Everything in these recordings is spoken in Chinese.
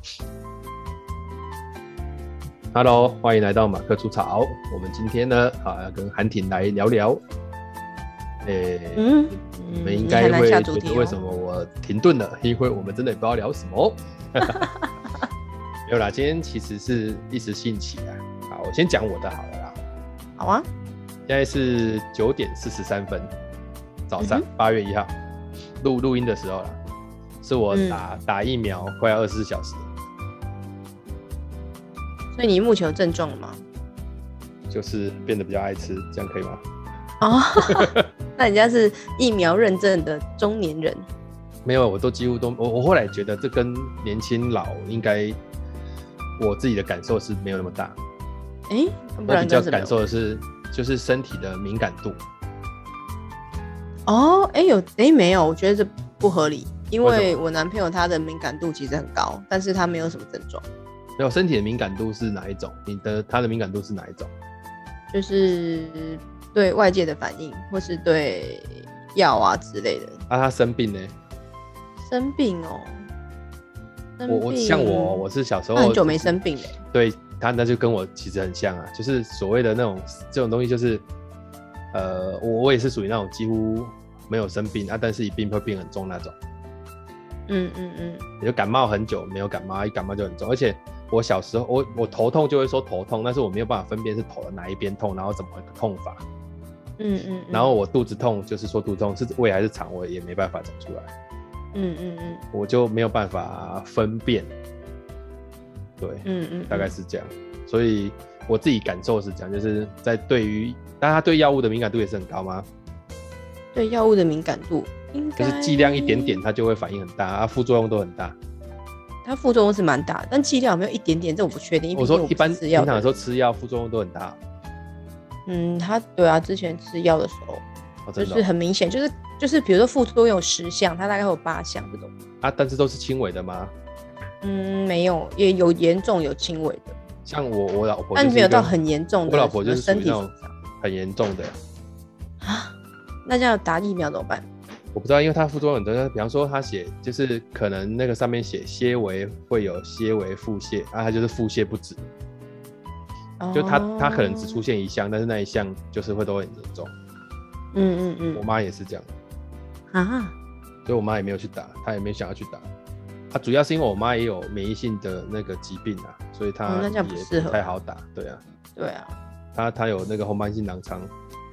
Hello， 欢迎来到马克出草。我们今天呢，要跟韩挺来聊聊。你们应该会觉得为什么我停顿了，因为我们真的也不知道聊什么。没有啦，今天其实是一时兴起啊。好，我先讲我的好了啦。 好啊。 现在是9点43分，早上8月1号录音的时候啦，是我打疫苗快要24小时了。 所以你目前有症状了吗？ 就是变得比较爱吃，这样可以吗？ 哦，那人家是疫苗认证的中年人。 没有，我都几乎都我后来觉得这跟年轻老应该，我自己的感受是没有那么大。我比较感受的是就是身体的敏感度。 哦，没有，我觉得这不合理，因为我男朋友他的敏感度其实很高，但是他没有什么症状。 没有，身体的敏感度是哪一种？他的敏感度是哪一种？就是对外界的反应，或是对药啊之类的。 他生病呢？ 生病哦。 像我是小时候很久没生病了。 对他那就跟我其实很像啊，就是所谓的那种这种东西，就是我也是属于那种几乎没有生病啊，但是一病会病很重那种。也就感冒很久没有感冒，一感冒就很重，而且我小时候我头痛就会说头痛，但是我没有办法分辨是头的哪一边痛，然后怎么个痛法。然后我肚子痛就是说肚子痛是胃还是肠胃也没办法找出来。我就没有办法分辨。对，大概是这样。所以我自己感受是这样，就是在但他对药物的敏感度也是很高吗？ 对药物的敏感度应该就是剂量一点点，它就会反应很大，副作用都很大。 它副作用是蛮大，但剂量有没有一点点，这我不确定。 我说一般平常的时候吃药副作用都很大。 对啊，之前吃药的时候，就是很明显，就是比如说副作用有10项，它大概会有8项这种。 但是都是轻微的吗？ 没有，也有严重有轻微的。 像我老婆， 但没有到很严重的。 我老婆就是属于那种很严重的。 那这样打疫苗怎么办？ 我不知道，因为它副作用很多。比方说，他写就是可能那个上面写些微会有些微腹泻，它就是腹泻不止。就它可能只出现1项，但是那1项就是会都很严重。我妈也是这样。所以我妈也没有去打，她也没想要去打。她主要是因为我妈也有免疫性的那个疾病啊，所以她也不太好打。对啊。她有那个红斑性狼疮。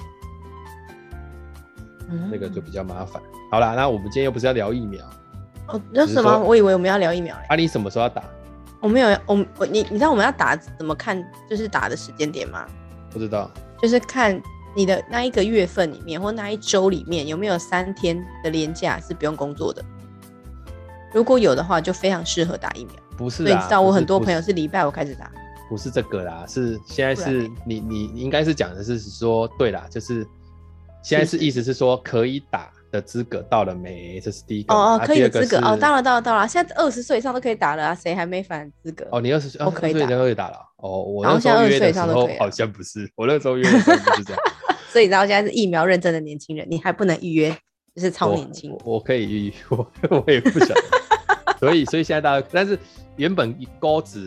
那个就比较麻烦。好啦，那我们今天又不是要聊疫苗。 那什么？我以为我们要聊疫苗。 你什么时候要打？ 我没有。你知道我们要打怎么看？就是打的时间点吗？ 不知道。 就是看你的那一个月份里面，或那一周里面有没有3天的连假是不用工作的。如果有的话，就非常适合打疫苗。 不是啦。 所以你知道我很多朋友是礼拜5开始打。 不是这个啦，是现在是你应该是讲的是说，对啦，就是。现在是意思是说可以打的资格到了没？这是第一个。 可以的资格到了。现在20岁以上都可以打了啊，谁还没反资格？ 你20岁可以打， 都可以打了。我那时候约的时候好像不是，我那时候约的时候不是这样。 所以你知道现在是疫苗认证的年轻人，你还不能预约，就是超年轻。 我可以预约，我也不想。所以现在大家，但是原本钩子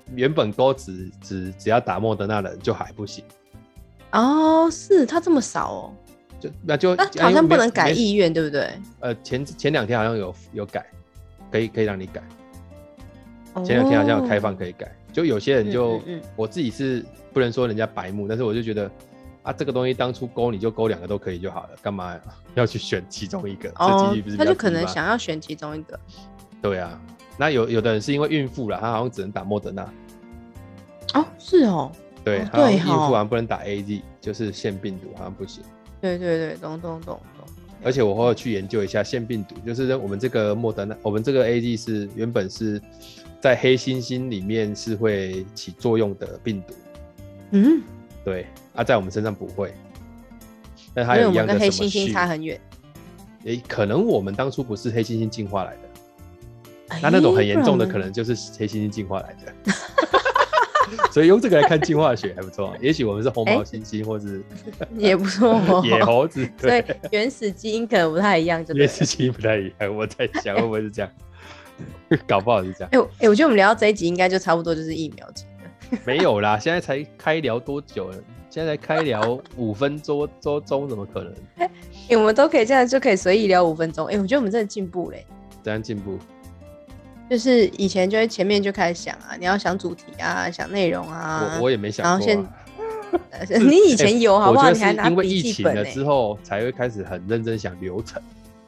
只要打莫德纳的人就还不行。 是他这么少哦。 那好像不能改意愿，对不对？ 前2天好像有改，可以让你改。前2天好像有开放可以改，就有些人就我自己是不能说人家白目，但是我就觉得这个东西当初勾你就勾2个都可以就好了，干嘛要去选其中一个？这几率不是比较低吗？ 他就可能想要选其中一个。 对啊，那有的人是因为孕妇啦，他好像只能打莫德纳。 是哦。 对，好像孕妇好像不能打 AZ， 就是腺病毒好像不行。 对，懂。 而且我会去研究一下腺病毒，就是我们这个莫德纳，我们这个 AZ 是原本是在黑猩猩里面是会起作用的病毒。对，在我们身上不会。但它有一样的什么？ 因为我们跟黑猩猩差很远。 可能我们当初不是黑猩猩进化来的，那种很严重的可能就是黑猩猩进化来的。所以用这个来看进化学还不错，也许我们是红毛猩猩，或是也不错野猴子， 所以原始基因可能不太一样， 原始基因不太一样，我在想会不会是这样？ 搞不好是这样。 我觉得我们聊到这一集应该就差不多就是疫苗集了。 没有啦，现在才开聊多久了？现在才开聊5分钟，怎么可能？ 我们都可以这样就可以随意聊5分钟。我觉得我们真的进步嘞。 怎样进步？ 就是以前就会前面就开始想啊，你要想主题啊，想内容啊。 我也没想过、啊。 然后你以前有好不好？你还拿因为笔疫情了记本欸之后，才会开始很认真想流程。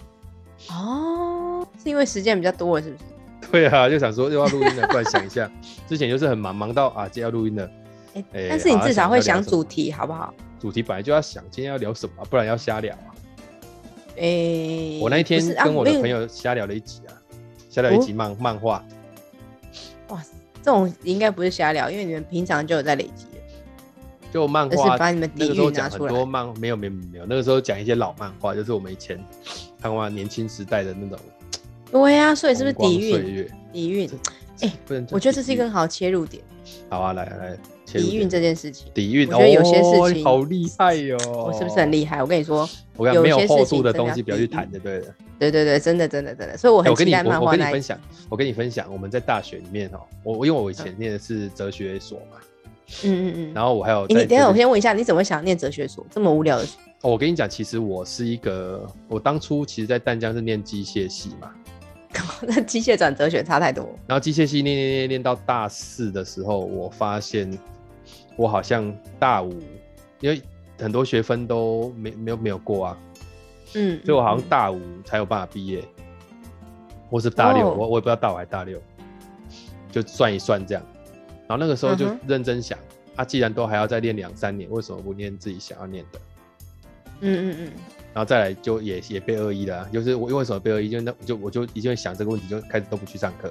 哦，是因为时间比较多了，是不是？ 对啊，就想说又要录音了，突然想一下，之前就是很忙到啊，今天要录音了。 但是你至少会想主题，好不好？ 主题本来就要想今天要聊什么，不然要瞎聊啊。我那一天跟我的朋友瞎聊了一集啊，瞎聊一集漫画。 哇，这种应该不是瞎聊，因为你们平常就有在累积了。 就漫画， 是把你们底蕴拿出来。 那个时候讲很多没有，那个时候讲一些老漫画，就是我们以前看过年轻时代的那种。 对呀，所以是不是底蕴？底蕴，我觉得这是一个很好切入点。 好啊，来。 底蕴这件事情， 底蕴， 我觉得有些事情好厉害哟！ 我是不是很厉害？我跟你说， 没有厚度的东西不要去谈就对了。 对，真的，所以我很期待漫画那一集。 我跟你分享，我们在大学里面因为我以前念的是哲学所嘛，然后我还有你等一下，我先问一下，你怎么想念哲学所这么无聊的？ 我跟你讲，其实我当初其实，在淡江是念机械系嘛。 那机械转哲学差太多。 然后机械系念到大4的时候，我发现我好像大5，因为很多学分都没有过啊，所以我好像大5才有办法毕业，或是大6，我也不知道大5还是大6，就算一算这样。然后那个时候就认真想，既然都还要再练2-3年，为什么不念自己想要念的？然后再来就也被2-1了，就是我为什么被2-1？我就已经想这个问题，就开始都不去上课。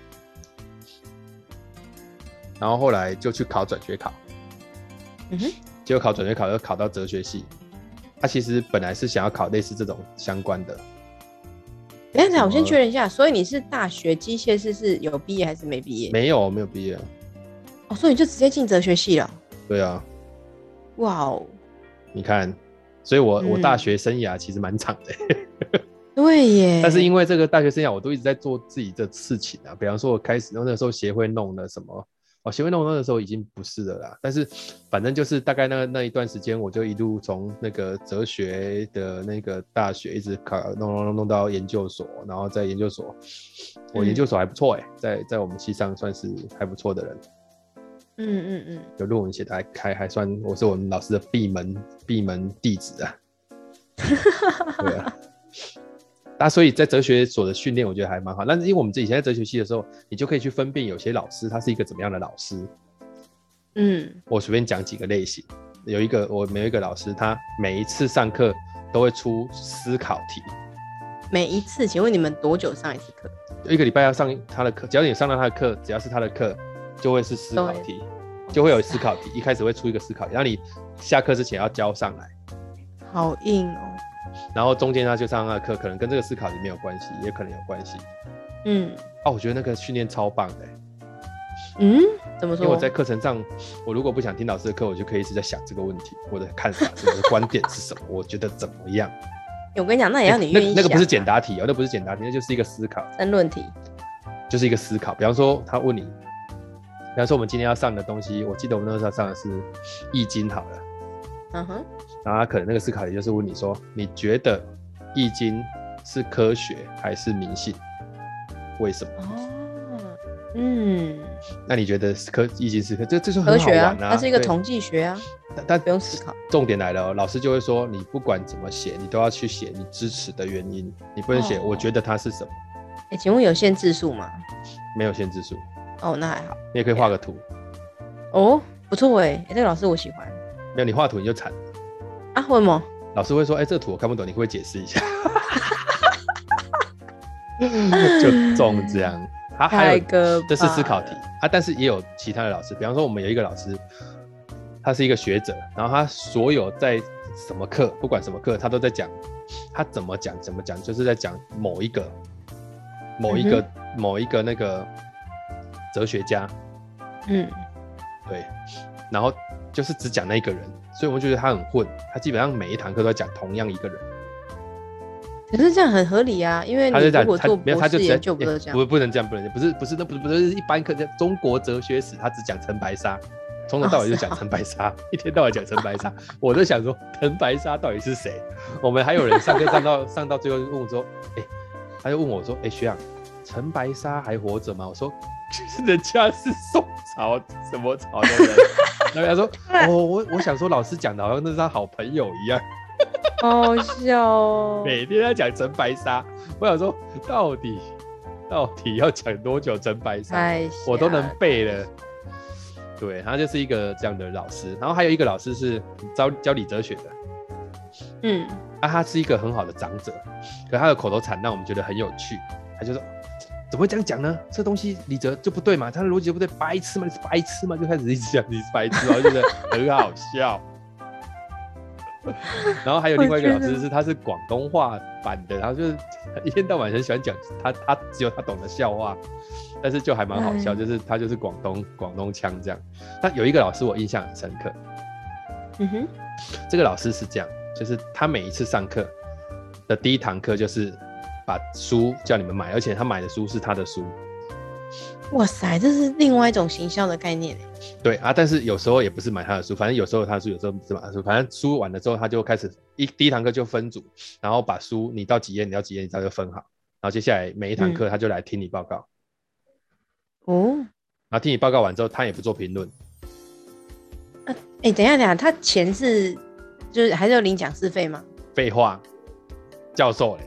然后后来就去考转学考，结果考转学考又考到哲学系。其实本来是想要考类似这种相关的。 等一下，我先确认一下，所以你是大学机械系是有毕业还是没毕业？ 没有毕业。 所以你就直接进哲学系了？ 对啊。 哇哦！ 你看。所以我大学生涯其实蛮长的。 对耶。 但是因为这个大学生涯，我都一直在做自己的事情啊。比方说，我开始那时候协会弄了什么，协会弄那个时候已经不是了啦。但是反正就是大概那一段时间，我就一路从那个哲学的那个大学一直弄到研究所，然后在研究所，我研究所还不错在我们系上算是还不错的人。有论文写的还算，我是我们老师的闭门弟子啊。对啊。所以在哲学所的训练，我觉得还蛮好。但是因为我们以前在哲学系的时候，你就可以去分辨有些老师他是一个怎么样的老师。我随便讲几个类型。我们有一个老师，他每一次上课都会出思考题。 每一次？请问你们多久上一次课 ？1个礼拜要上他的课，只要你上到他的课，只要是他的课。就会是思考题，就会有思考题，一开始会出一个思考题，然后你下课之前要交上来。 好硬哦。 然后中间他就上他的课，可能跟这个思考题没有关系，也可能有关系。我觉得那个训练超棒的。 怎么说？ 因为我在课程上，我如果不想听老师的课，我就可以一直在想这个问题，我的看法是什么，观点是什么，我觉得怎么样。 我跟你讲，那也要你愿意想。 那个不是简答题那不是简答题，那就是一个思考。 申论题。 就是一个思考。比方说他问你。比方说我们今天要上的东西，我记得我们那时候上的是《易经》好了。然后他可能那个思考题就是问你说，你觉得《易经》是科学还是迷信？为什么？那你觉得《易经》是这就很好玩啊？ 它是一个统计学啊，但不用思考。 重点来了老师就会说，你不管怎么写，你都要去写你支持的原因，你不能写我觉得它是什么。 请问有限字数吗？ 没有限字数。 那还好。 你也可以画个图。 不错这个老师我喜欢。 没有，你画图你就惨啊？为什么？ 老师会说，这个图我看不懂，你会不会解释一下？就中这样。还有这是思考题但是也有其他的老师，比方说我们有一个老师，他是一个学者，然后他所有在什么课，不管什么课，他都在讲，他怎么讲，就是在讲某一个那个哲学家。对，然后就是只讲那一个人，所以我们觉得他很混，他基本上每一堂课都在讲同样一个人。 可是这样很合理啊，因为你如果做博士研究不都这样？ 不能这样，不能不是，那不是一般课，中国哲学史他只讲陈白沙，从头到尾就讲陈白沙，一天到晚讲陈白沙，我就想说陈白沙到底是谁？我们还有人上课上到最后就问我说，他就问我说，学长，陈白沙还活着吗？我说人家是宋朝什么朝的人，然后他说我想说老师讲的好像那是他好朋友一样。 好笑哦！ 每天在讲陈白沙，我想说到底要讲多久陈白沙，我都能背了。对，他就是一个这样的老师，然后还有一个老师是教理哲学的，他是一个很好的长者，可他的口头禅让我们觉得很有趣。他就说怎么会这样讲呢？这东西理哲就不对嘛，他的逻辑就不对，白痴嘛，你是白痴嘛，就开始一直讲你是白痴，然后觉得很好笑。然后还有另外一个老师他是广东话版的，然后就是一天到晚很喜欢讲他只有他懂的笑话，但是就还蛮好笑，就是他就是广东腔这样。但有一个老师我印象很深刻，这个老师是这样，就是他每一次上课的第一堂课就是把书叫你们买，而且他买的书是他的书。 哇塞，这是另外一种行销的概念。 对啊，但是有时候也不是买他的书，反正有时候他的书，有时候不是买他的书，反正书完了之后他就开始第一堂课就分组，然后把书你到几页你到几页你就分好，然后接下来每一堂课他就来听你报告。然后听你报告完之后他也不做评论。 等一下，他钱是就是还是有领讲师费吗？ 废话，教授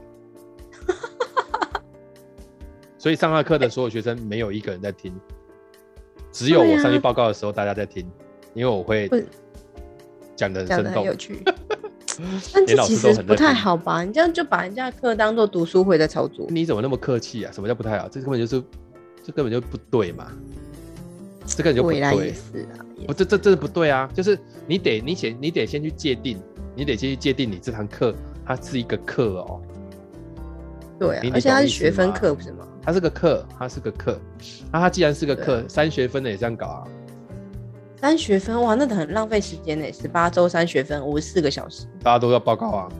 所以上他课的所有学生没有一个人在听，只有我上去报告的时候大家在听，因为我会讲得很生动， 很有趣。但这其实不太好吧？你这样就把人家课当做读书会在操作。 你怎么那么客气啊？什么叫不太好？这根本就不对嘛！这根本就不对。 也是啊。 这不对啊！就是你得先去界定，你这堂课它是一个课哦。 对啊，而且它是学分课不是吗？ 它是个课，那它既然是个课，3学分的也这样搞啊 ？3学分哇，那很浪费时间呢，18周3学分，54个小时， 大家都要报告啊。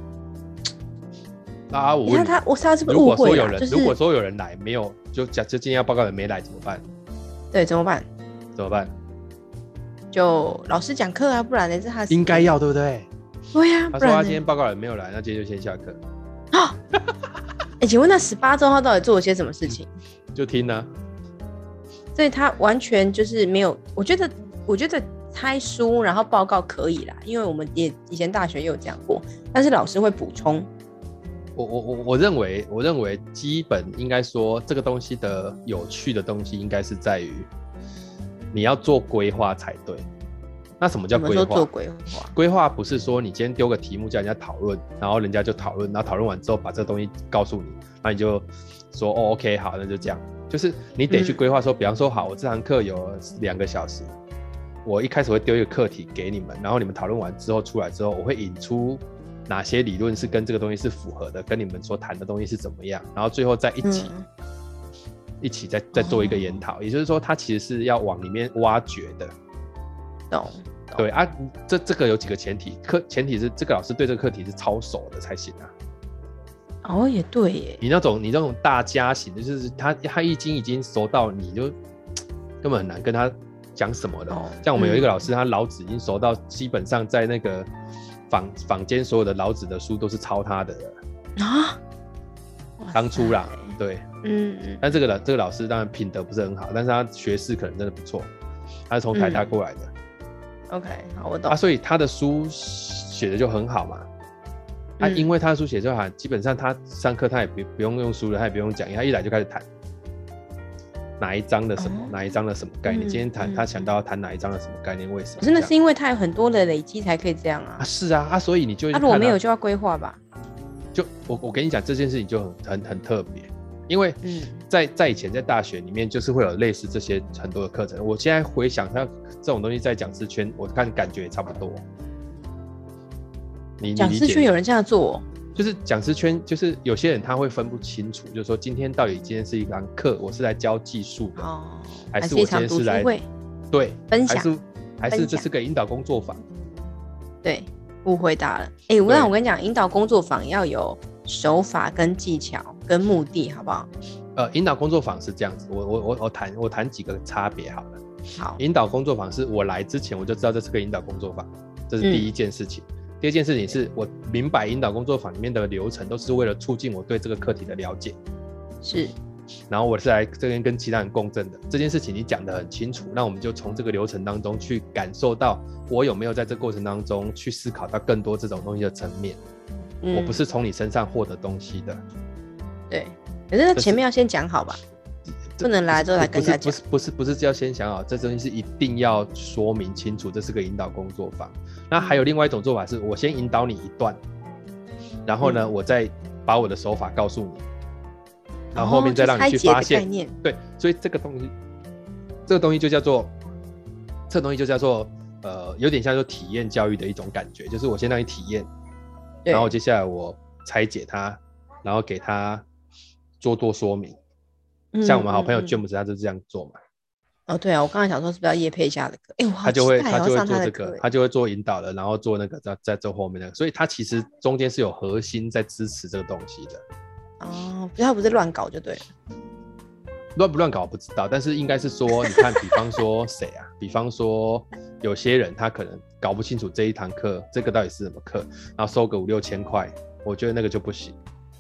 我问你， 他是不是误会了？ 如果说有人来没有，就今天要报告的人没来怎么办？ 对，怎么办？就老师讲课啊，不然呢？这他应该要对不对？ 对呀， 他说他今天报告的人没有来，那今天就先下课。 请问那18周他到底做了些什么事情？ 就听啊。 所以他完全就是没有，我觉得猜书然后报告可以啦，因为我们也以前大学也有讲过，但是老师会补充。 我认为基本应该说这个东西的有趣的东西应该是在于你要做规划才对。那什么叫规划？ 做规划？ 规划不是说你今天丢个题目叫人家讨论，然后人家就讨论，然后讨论完之后把这个东西告诉你，然后你就说OK 好，那就这样。就是你得去规划说，比方说好，我这堂课有2个小时，我一开始会丢一个课题给你们，然后你们讨论完之后出来之后，我会引出哪些理论是跟这个东西是符合的，跟你们所谈的东西是怎么样，然后最后再一起再做一个研讨。也就是说，它其实是要往里面挖掘的。 懂。 对啊，这个有几个前提，前提是这个老师对这个课题是超熟的才行啊。 也对耶。 你那种大家型的，就是他已经熟到你就根本很难跟他讲什么的。像我们有一个老师，他老子已经熟到基本上在那个坊间所有的老子的书都是抄他的了。当初啦，对，但这个老师当然品德不是很好，但是他学识可能真的不错，他是从台大过来的。 OK， 好，我懂。 所以他的书写的就很好嘛。因为他的书写就好，基本上他上课他也不用用书了，他也不用讲，他一来就开始谈哪一章的什么，哪一章的什么概念。今天他想到要谈哪一章的什么概念，为什么？ 真的是因为他有很多的累积才可以这样啊。 是啊，所以你就如果没有就要规划吧。 就我跟你讲这件事情就很特别，因为在以前在大学里面就是会有类似这些很多的课程。我现在回想他这种东西在讲师圈，我看感觉也差不多。 讲师圈有人这样做就是讲师圈，就是有些人他会分不清楚，就是说今天到底今天是一堂课，我是来教技术的，还是我今天是来对分享， 还是这是个引导工作坊？ 对，误会大了。我跟你讲，引导工作坊要有手法跟技巧跟目的，好不好？ 引导工作坊是这样子，我谈几个差别好了。 好， 引导工作坊是我来之前我就知道这是个引导工作坊，这是第一件事情。第二件事情是我明白引导工作坊里面的流程都是为了促进我对这个课题的了解， 是。 然后我是来这边跟其他人共振的。这件事情你讲得很清楚，那我们就从这个流程当中去感受到我有没有在这个过程当中去思考到更多这种东西的层面。我不是从你身上获得东西的。 对，可是前面要先讲好吧，不能来之后来跟人家讲。 不是要先想好，这东西是一定要说明清楚，这是个引导工作坊。那还有另外一种做法是，我先引导你一段，然后呢，我再把我的手法告诉你，然后后面再让你去发现。对，所以这个东西就叫做，有点像做体验教育的一种感觉，就是我先让你体验，然后接下来我拆解它，然后给它多说明。像我们好朋友 James 他就这样做嘛。 对啊，我刚才想说是不是要业配一下的课？我好期待他就会上做这个，他就会做引导的，然后做那个在做后面那个，所以他其实中间是有核心在支持这个东西的。 他不是乱搞就对了。 乱不乱搞我不知道，但是应该是说，你看，比方说谁啊？比方说有些人他可能搞不清楚这一堂课这个到底是什么课，然后收个5-6千块，我觉得那个就不行。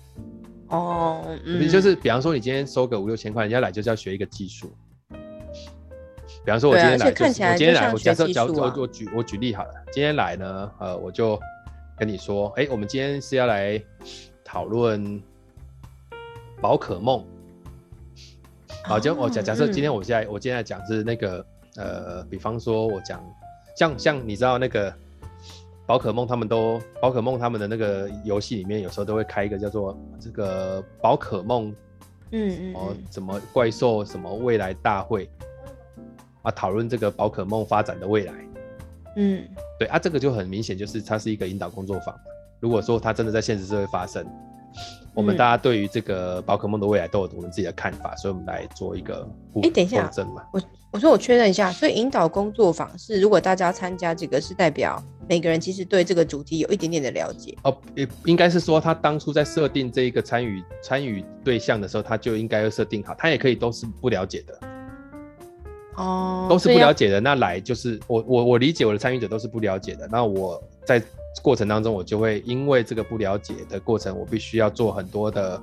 就是比方说你今天收个5-6千块，人家来就是要学一个技术。比方说我今天来，假设我举例好了，今天来呢，我就跟你说，我们今天是要来讨论宝可梦。好，假设今天我现在讲是那个比方说我讲像你知道那个宝可梦他们的那个游戏里面有时候都会开一个叫做这个宝可梦什么怪兽什么未来大会啊，讨论这个宝可梦发展的未来。对啊，这个就很明显就是它是一个引导工作坊。如果说它真的在现实社会发生，我们大家对于这个宝可梦的未来都有我们自己的看法，所以我们来做一个等一下，我说我确认一下，所以引导工作坊是如果大家参加这个，是代表每个人其实对这个主题有一点点的了解。 应该是说他当初在设定这一个参与对象的时候，他就应该要设定好，他也可以都是不了解的。都是不了解的，那来就是我理解我的参与者都是不了解的，那我在过程当中我就会因为这个不了解的过程，我必须要做很多的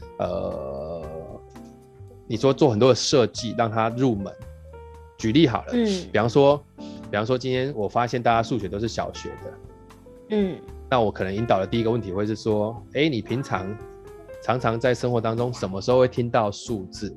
你说做很多的设计让他入门。举例好了，比方说今天我发现大家数学都是小学的，那我可能引导的第一个问题会是说，你平常在生活当中什么时候会听到数字？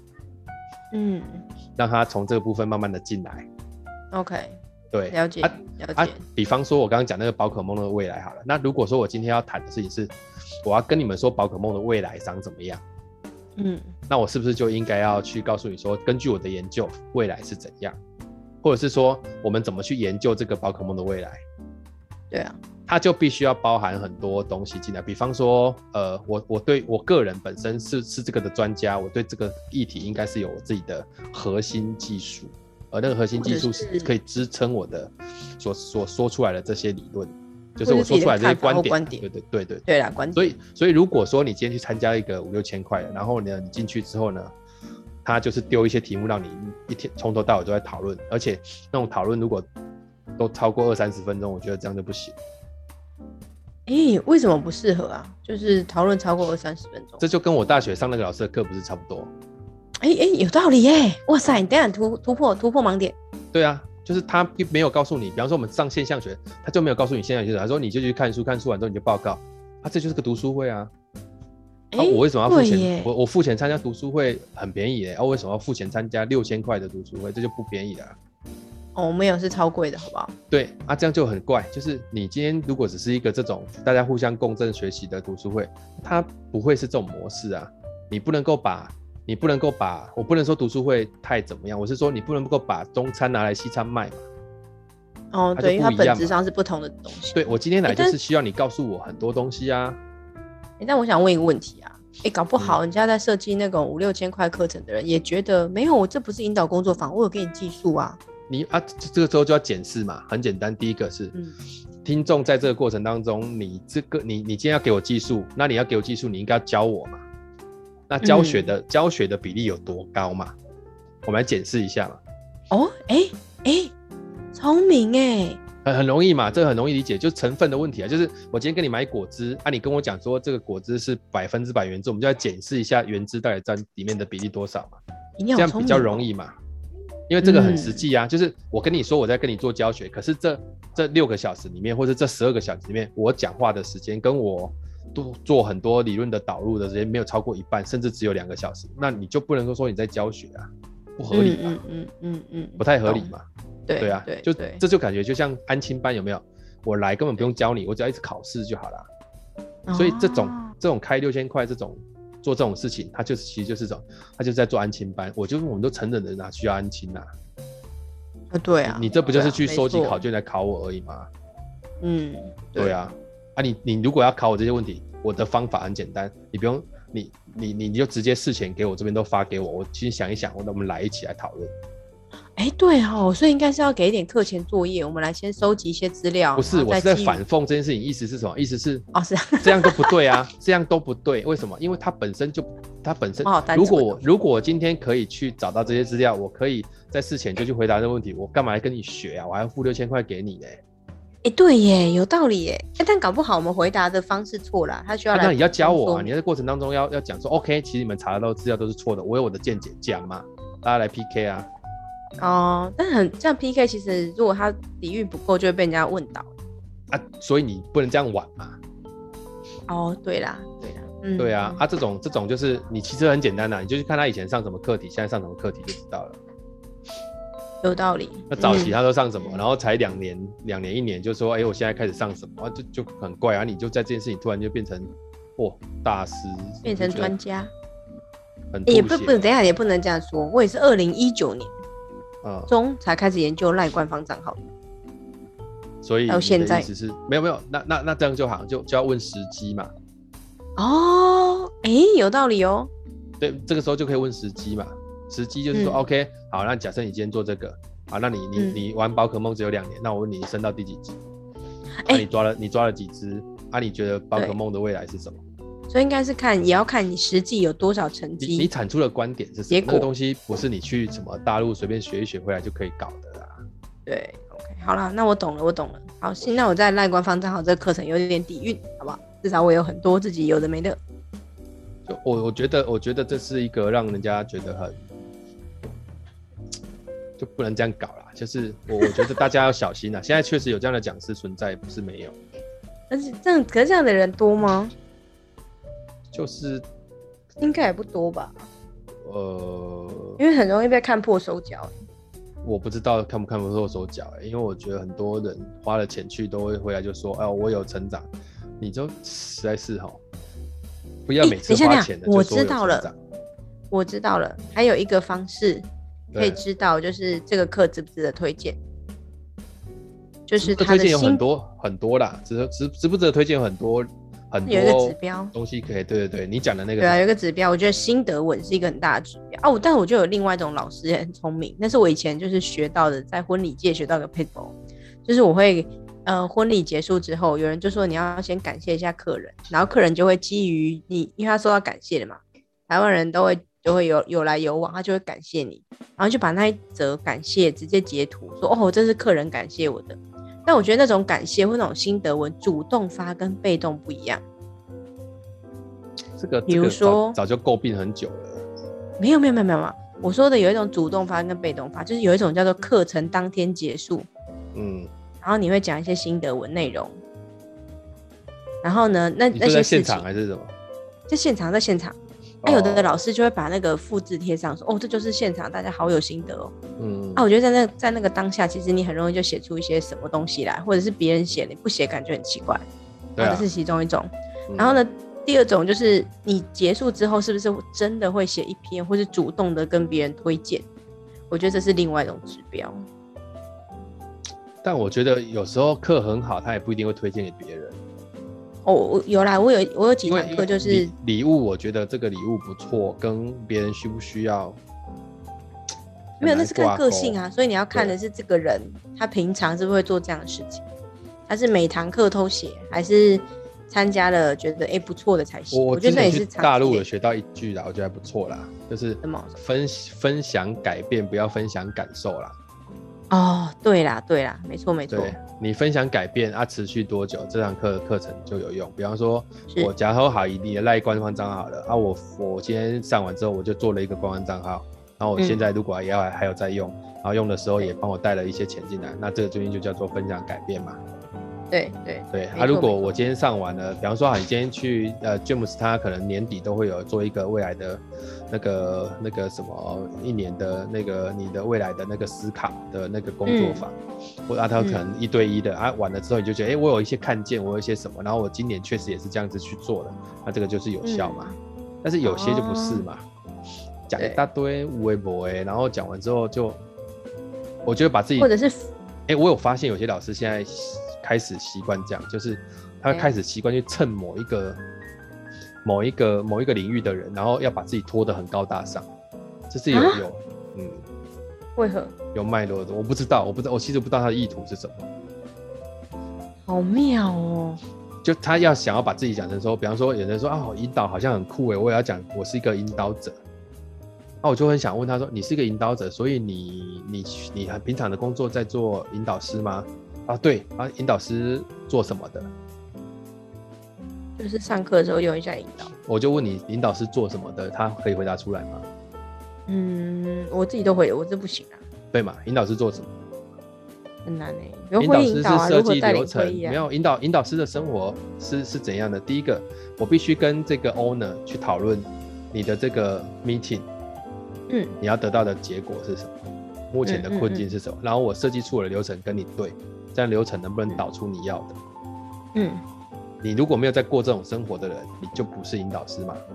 让他从这个部分慢慢的进来。 OK， 对， 了解。 比方说我刚刚讲那个宝可梦的未来好了，那如果说我今天要谈的事情是我要跟你们说宝可梦的未来长怎么样，那我是不是就应该要去告诉你说，根据我的研究未来是怎样，或者是说我们怎么去研究这个宝可梦的未来？ 对啊， 它就必须要包含很多东西进来。比方说我对我个人本身是这个的专家，我对这个议题应该是有我自己的核心技术，而那个核心技术是可以支撑我的所说出来的这些理论，就是我说出来的这些观点。对啦，观点。所以如果说你今天去参加一个5-6千块的，然后呢你进去之后呢，他就是丢一些题目让你一天从头到尾都在讨论，而且那种讨论如果都超过20-30分钟，我觉得这样就不行。 为什么不适合啊？就是讨论超过20-30分钟， 这就跟我大学上那个老师的课不是差不多？ 有道理耶！哇塞，你等一下突破盲点。对啊，就是他没有告诉你，比方说我们上现象学，他就没有告诉你现象学，他说你就去看书，看书完之后你就报告，这就是个读书会啊。我为什么要付钱？我付钱参加读书会很便宜耶，为什么要付钱参加6000块的读书会？这就不便宜了。 没有，是超贵的，好不好？ 对啊，这样就很怪。就是你今天如果只是一个这种大家互相共振学习的读书会，它不会是这种模式啊。你不能够把，我不能说读书会太怎么样，我是说你不能够把中餐拿来西餐卖嘛。 对，因为它本质上是不同的东西。 对，我今天来就是需要你告诉我很多东西啊。 但我想问一个问题啊，搞不好人家在设计那种5-6千块课程的人也觉得没有，我这不是引导工作坊，我有给你技术啊。 这个时候就要检视嘛，很简单。第一个是， 听众在这个过程当中，你今天要给我技术，那你要给我技术，你应该要教我嘛。那教学的比例有多高嘛？我们来检视一下嘛。 哦，聪明哎。 很容易嘛，这个很容易理解，就成分的问题啊。就是我今天跟你买果汁啊，你跟我讲说这个果汁是100%原汁，我们就要检视一下原汁到底占里面的比例多少嘛，这样比较容易嘛。因为这个很实际啊，就是我跟你说我在跟你做教学，可是这6个小时里面，或者这12个小时里面，我讲话的时间跟我做很多理论的导入的时间没有超过一半，甚至只有2个小时，那你就不能够说你在教学啊，不合理嘛，不太合理嘛。对啊，这就感觉就像安亲班有没有？我来根本不用教你，我只要一直考试就好了。所以这种开6000块这种做这种事情，他其实就是他就是在做安亲班。我们都成人的哪需要安亲啊？ 对啊， 你这不就是去收集考卷来考我而已吗？对啊，你如果要考我这些问题，我的方法很简单，你不用你就直接事前给我这边都发给我，我其实想一想，我们来一起来讨论。 对哦，所以应该是要给一点课前作业，我们来先收集一些资料。 不是，我是在反讽这件事情，意思是什么？意思是是这样都不对啊，这样都不对。为什么？因为它本身，如果我今天可以去找到这些资料，我可以在事前就去回答这个问题，我干嘛来跟你学啊？我还要付6000块给你呢？ 对耶，有道理耶。但搞不好我们回答的方式错了，他需要来。 那你要教我啊！你在过程当中要讲说 ，OK， 其实你们查得到的资料都是错的，我有我的见解讲嘛，大家来 PK 啊。 但这样 PK 其实如果他底蕴不够，就会被人家问倒啊，所以你不能这样玩嘛。 对啦， 对啊，这种就是你其实很简单啦，你就去看他以前上什么课题，现在上什么课题就知道了。 有道理。 那早期他都上什么，然后才2年1年就说，我现在开始上什么，就很怪啊！你就在这件事情突然就变成大师， 变成专家， 也不等一下也不能这样说，我也是2019年中才开始研究赖官方账号的， 所以到现在意思是没有，那这样就好像就要问时机嘛。 有道理哦。 对，这个时候就可以问时机嘛。时机就是说，OK， 好，那假设你今天做这个，好，那你玩宝可梦只有2年，那我问你升到第几级？你抓了几只？你觉得宝可梦的未来是什么？ 所以应该是也要看你实际有多少成绩。 你产出的观点是什么？那个东西不是你去什么大陆随便学一学回来就可以搞的啦。 对 ，OK， 好啦，那我懂了。好，那我在赖官方账号这个课程有点底蕴，好不好？至少我有很多自己有的没的。 就我觉得这是一个让人家觉得就不能这样搞啦。就是我觉得大家要小心啦。现在确实有这样的讲师存在，不是没有。 可是这样的人多吗？ 就是应该也不多吧。因为很容易被看破手脚。 我不知道看不看破手脚，因为我觉得很多人花了钱去都会回来就说，我有成长，你就实在是不要每次花钱的就说有成长。 我知道了，还有一个方式可以知道，就是这个课值不值得推荐。就是他的推荐有很多啦，值不值得推荐有很多有一个指标东西可以，对，你讲的那个， 对啊，有一个指标，我觉得心得文是一个很大的指标但我就有另外一种老师也很聪明，那是我以前就是学到的，在婚礼界学到的 paper， 就是我会婚礼结束之后，有人就说你要先感谢一下客人，然后客人就会基于你，因为他收到感谢的嘛，台湾人都会有来有往，他就会感谢你，然后就把那一则感谢直接截图说这是客人感谢我的。但我觉得那种感谢或那种心得文，主动发跟被动不一样。比如说早就诟病很久了。 没有，我说的有一种主动发跟被动发，就是有一种叫做课程当天结束，然后你会讲一些心得文内容，然后呢，那些事情，你在现场还是什么？ 在现场。有的老师就会把那个复制贴上，说这就是现场，大家好有心得哦。我觉得在那个当下，其实你很容易就写出一些什么东西来，或者是别人写你不写感觉很奇怪，这是其中一种。然后呢，第二种就是你结束之后是不是真的会写一篇，或是主动的跟别人推荐？我觉得这是另外一种指标。 但我觉得有时候课很好，他也不一定会推荐给别人。 有啦，我有几堂课就是礼物，我觉得这个礼物不错，跟别人需不需要没有，那是看个性啊，所以你要看的是这个人他平常是不是会做这样的事情。 他是每堂课都写，还是参加了觉得不错的才写？ 我觉得也是大陆有学到一句啦，我觉得还不错啦，就是分享改变，不要分享感受啦。 哦，对啦，没错。 对，你分享改变啊，持续多久，这堂课程就有用。比方说，我假如好以你的赖官方账号好了啊，我今天上完之后，我就做了一个官方账号，然后我现在如果也还有在用，然后用的时候也帮我带了一些钱进来，那这个最近就叫做分享改变嘛。对啊，如果我今天上完了，比方说你今天去James 他可能年底都会有做一个未来的那个什么一年的那个你的未来的那个思考的那个工作坊，或他可能1对1的啊，完了之后你就觉得我有一些看见，我有一些什么，然后我今年确实也是这样子去做的，那这个就是有效嘛。但是有些就不是嘛，讲一大堆有的没的，然后讲完之后就我觉得把自己或者是我有发现有些老师现在开始习惯这样，就是他开始习惯去蹭某一个领域的人，然后要把自己拖得很高大上，这是有为何有脉络的，我不知道，我其实不知道他的意图是什么。 好妙哦！ 就他想要把自己讲成说，比方说有人说啊，引导好像很酷我也要讲我是一个引导者。那我就很想问他说，你是一个引导者，所以你平常的工作在做引导师吗？啊，对啊，引导师做什么的？ 就是上课的时候用一下引导。我就问你，引导师做什么的？他可以回答出来吗？ 我自己都会，我这不行啊。 对嘛？引导师做什么？ 很难引导师是设计流程，没有引导师的生活是怎样的？第一个，我必须跟这个 owner 去讨论你的这个 meeting，你要得到的结果是什么？目前的困境是什么？然后我设计出的流程跟你对。这样流程能不能导出你要的？你如果没有在过这种生活的人，你就不是引导师嘛。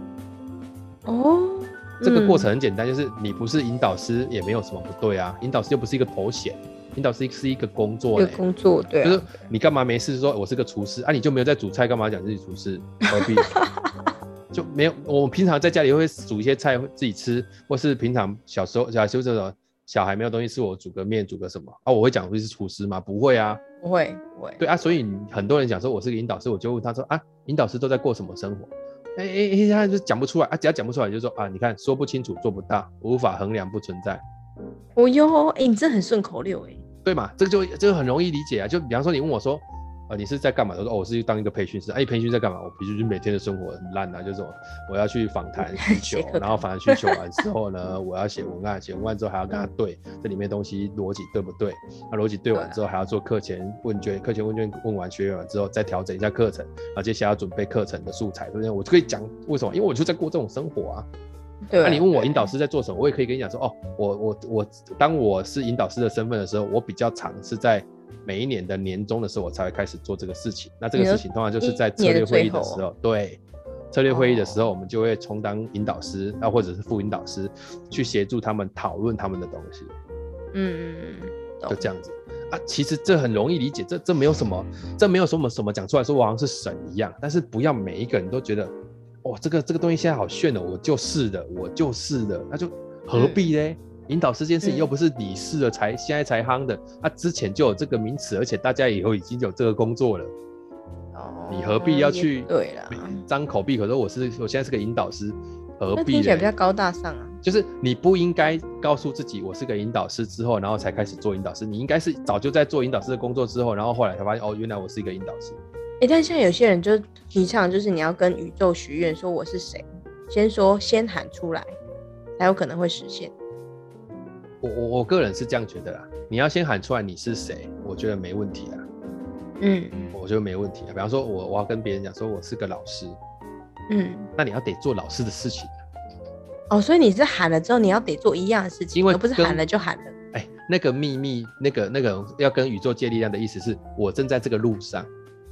这个过程很简单，就是你不是引导师也没有什么不对啊。引导师又不是一个头衔，引导师是一个工作。 工作对、 就是你干嘛没事说我是个厨师啊？你就没有在煮菜，干嘛讲自己厨师？何必？就没有。我平常在家里会煮一些菜自己吃，或是平常小时候这种。小孩没有东西吃，我煮个面，煮个什么啊？我会讲我是厨师吗？不会啊， 不会。 对啊，所以很多人讲说我是个引导师，我就问他说啊，引导师都在过什么生活？他就讲不出来啊，只要讲不出来就说啊，你看说不清楚，做不到，无法衡量，不存在。 你这很顺口溜对嘛？这个很容易理解啊。就比方说你问我说。你是在干嘛？我说我是当一个培训师。培训在干嘛？我培训每天的生活很烂啊，就是我要去访谈需求，然后访谈需求完之后呢，我要写文案，写文案之后还要跟他对这里面东西逻辑对不对？那逻辑对完之后还要做课前问卷，课前问卷问完学员完之后再调整一下课程，然后接下来要准备课程的素材，对不对？我就可以讲为什么？因为我就在过这种生活啊。那你问我引导师在做什么，我也可以跟你讲说，我当我是引导师的身份的时候，我比较常是在每一年的年终的时候，我才会开始做这个事情。那这个事情通常就是在策略会议的时候，对，策略会议的时候，我们就会充当引导师，或者是副引导师，去协助他们讨论他们的东西。就这样子啊。其实这很容易理解，这没有什么讲出来说我好像是神一样，但是不要每一个人都觉得。这个东西现在好炫哦，我就是的，那就何必呢？引导师这件事情又不是你是了现在才夯的，之前就有这个名词，而且大家以后已经有这个工作了，你何必要去张口闭口说我现在是个引导师，何必呢？ 听起来比较高大上啊。 就是你不应该告诉自己我是个引导师之后，然后才开始做引导师，你应该是早就在做引导师的工作之后，然后后来才发现原来我是一个引导师。 但现在有些人就提倡，就是你要跟宇宙许愿，说我是谁，先喊出来，才有可能会实现。 我个人是这样觉得啦，你要先喊出来你是谁，我觉得没问题啦。我觉得没问题啦。比方说我要跟别人讲说我是个老师，那你要得做老师的事情。 所以你是喊了之后，你要得做一样的事情，而不是喊了就喊了。 那个秘密，那个要跟宇宙借力量的意思是我正在这个路上。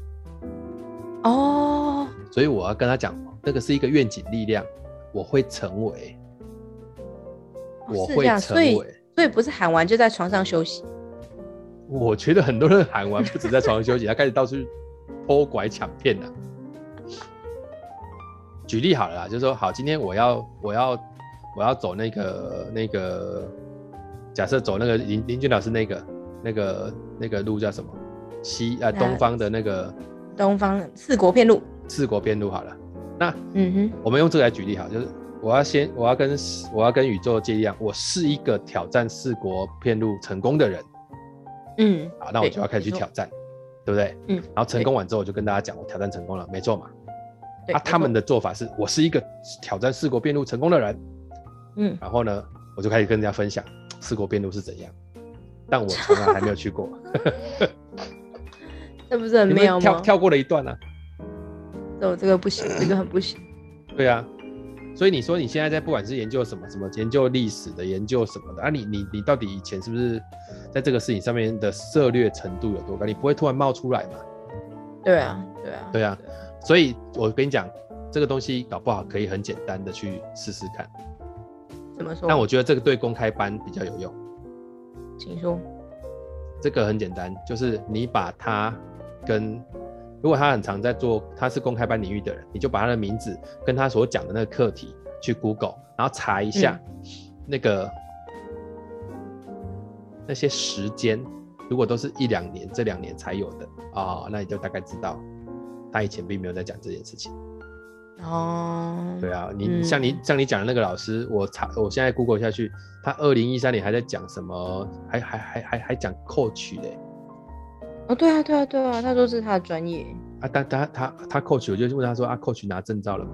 所以我要跟他讲，那个是一个愿景力量，我会成为， 所以不是喊完就在床上休息。 我觉得很多人喊完不止在床上休息，他开始到处偷拐抢骗了。举例好了啦，就是说好，今天我要走那个，假设走那个林俊老师那个路叫什么？ 东方的那个东方四国遍路好了。那我们用这个来举例好，就是我要跟宇宙借力量，我是一个挑战四国遍路成功的人。好，那我就要开始去挑战，对不对？然后成功完之后，我就跟大家讲，我挑战成功了，没错嘛。他们的做法是，我是一个挑战四国遍路成功的人。然后呢，我就开始跟人家分享四国遍路是怎样，但我从来还没有去过。 这不是很妙吗？ 跳过了一段啊。 这个不行，这个很不行。 对啊，所以你说你现在不管是研究什么研究历史的，研究什么的啊，你到底以前是不是在这个事情上面的涉略程度有多高？你不会突然冒出来嘛？ 对啊。 所以我跟你讲，这个东西搞不好可以很简单的去试试看。 怎么说？ 但我觉得这个对公开班比较有用。 请说。 这个很简单，就是你把他如果他很常在做，他是公开班领域的人，你就把他的名字跟他所讲的那个课题去 Google， 然后查一下那些时间，如果都是1-2年，这2年才有的那你就大概知道他以前并没有在讲这件事情。对啊，像你讲的那个老师，我现在 Google 下去，他2013年还在讲什么，还讲 coach 嘞。 对啊，他说是他的专业他 coach， 我就问他说coach 拿证照了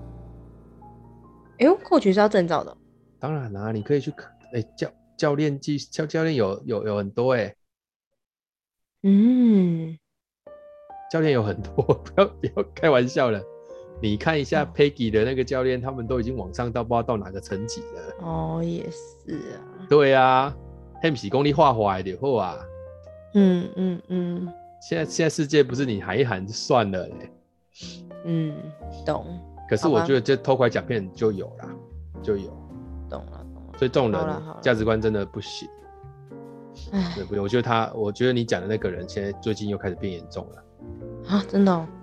没 ？coach 是要证照的？ 当然啦，你可以去教练有很多教练有很多，不要开玩笑了。你看一下 Peggy 的那个教练，他们都已经往上到不知道到哪个层级了。 也是啊。 对啊，他不是说你画画的就好啊。现在世界不是你喊一喊就算了嘞。 懂。 可是我觉得这偷拐抢骗就有啦，就有。 懂了。 所以这种人价值观真的不行。我觉得你讲的那个人现在最近又开始变严重了。 真的哦。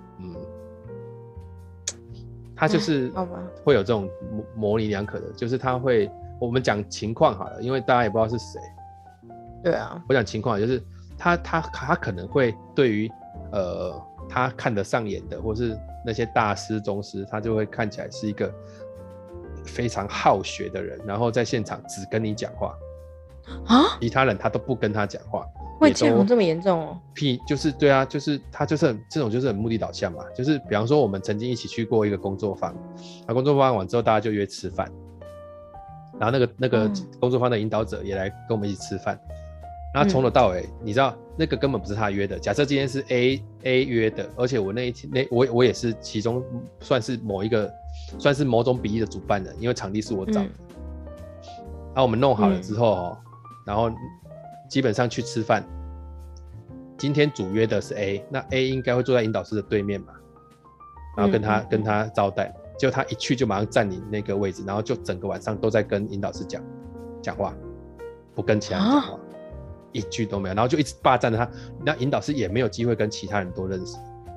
他就是会有这种模棱两可的，就是我们讲情况好了，因为大家也不知道是谁。 对啊。 我讲情况就是他可能会对于他看得上眼的，或是那些大师宗师，他就会看起来是一个非常好学的人，然后在现场只跟你讲话其他人他都不跟他讲话。 会这样这么严重哦？ 就是对啊，就是他就是这种就是很目的导向嘛。就是比方说我们曾经一起去过一个工作坊，工作坊完之后大家就约吃饭，然后那个工作坊的引导者也来跟我们一起吃饭。然后从头到尾，你知道那个根本不是他约的。假设今天是 A 约的，而且我那一天我也是其中算是某种比例的主办人，因为场地是我找的。我们弄好了之后然后基本上去吃饭，今天主约的是 A， 那 A 应该会坐在引导师的对面嘛，然后跟他招待，结果他一去就马上占领那个位置，然后就整个晚上都在跟引导师讲话，不跟其他人讲话，一句都没有，然后就一直霸占着他，那引导师也没有机会跟其他人多认识。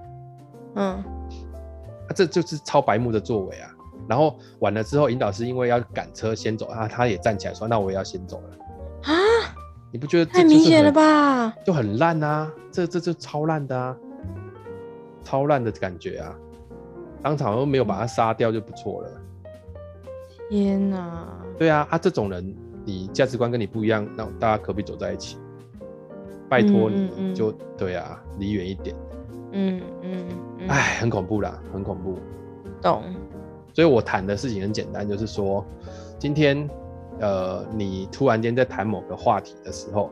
这就是超白目的作为啊。然后完了之后，引导师因为要赶车先走他也站起来说那我也要先走了。你不觉得这太明显了吧？ 就很烂啊，这就超烂的啊，超烂的感觉啊！当场都没有把他杀掉就不错了。 天哪！ 对啊，这种人你价值观跟你不一样，那大家可不可以走在一起？拜托你就对啊，离远一点。很恐怖啦，很恐怖。 懂。 所以我谈的事情很简单，就是说今天你突然间在谈某个话题的时候，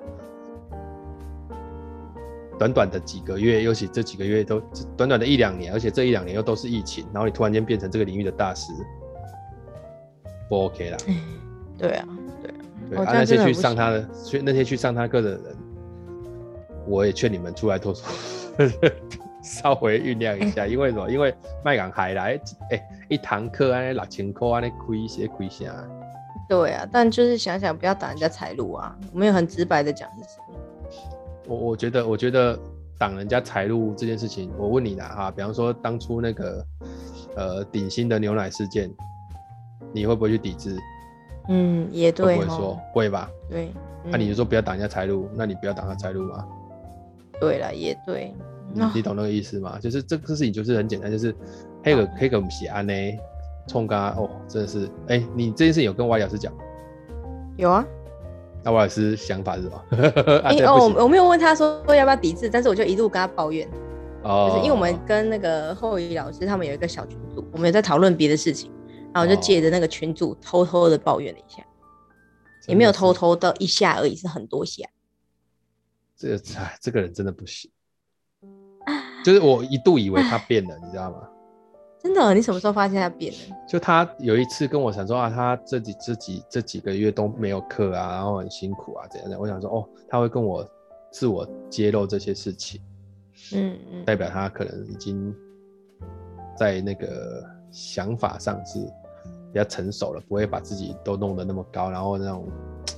短短的几个月，尤其这几个月都短短的1-2年，而且这1-2年又都是疫情，然后你突然间变成这个领域的大师，不 OK 啦。 对啊。 那些去上他课的人，我也劝你们出来多说稍微酝酿一下，因为什么？因为卖港海来，一堂课6000块，亏啥？ 对啊，但就是想想不要挡人家财路啊，我没有很直白的讲是什么。 我觉得挡人家财路这件事情，我问你啦比方说当初那个顶新的牛奶事件，你会不会去抵制？ 也对。 会不会说会吧？ 对。 你就说不要挡人家财路，那你不要挡他财路吗？ 对了，也对。 你懂那个意思吗？就是这个事情就是很简单，就是黑个不是安呢，冲咖哦，真的是，你这件事情有跟Y老师讲吗？ 有啊。 那Y老师想法是什么？ 我没有问他说要不要抵制，但是我就一路跟他抱怨。就是因为我们跟那个后仪老师他们有一个小群组，我们有在讨论别的事情，然后我就借着那个群组偷偷的抱怨了一下，也没有偷偷的一下而已，是很多下。 这个人真的不行。就是我一度以为他变了，你知道吗？ 真的？你什么时候发现他变了？ 就他有一次跟我讲说啊，他这几个月都没有课啊，然后很辛苦啊，怎样的？我想说哦，他会跟我自我揭露这些事情，代表他可能已经在那个想法上是比较成熟了，不会把自己都弄得那么高，然后那种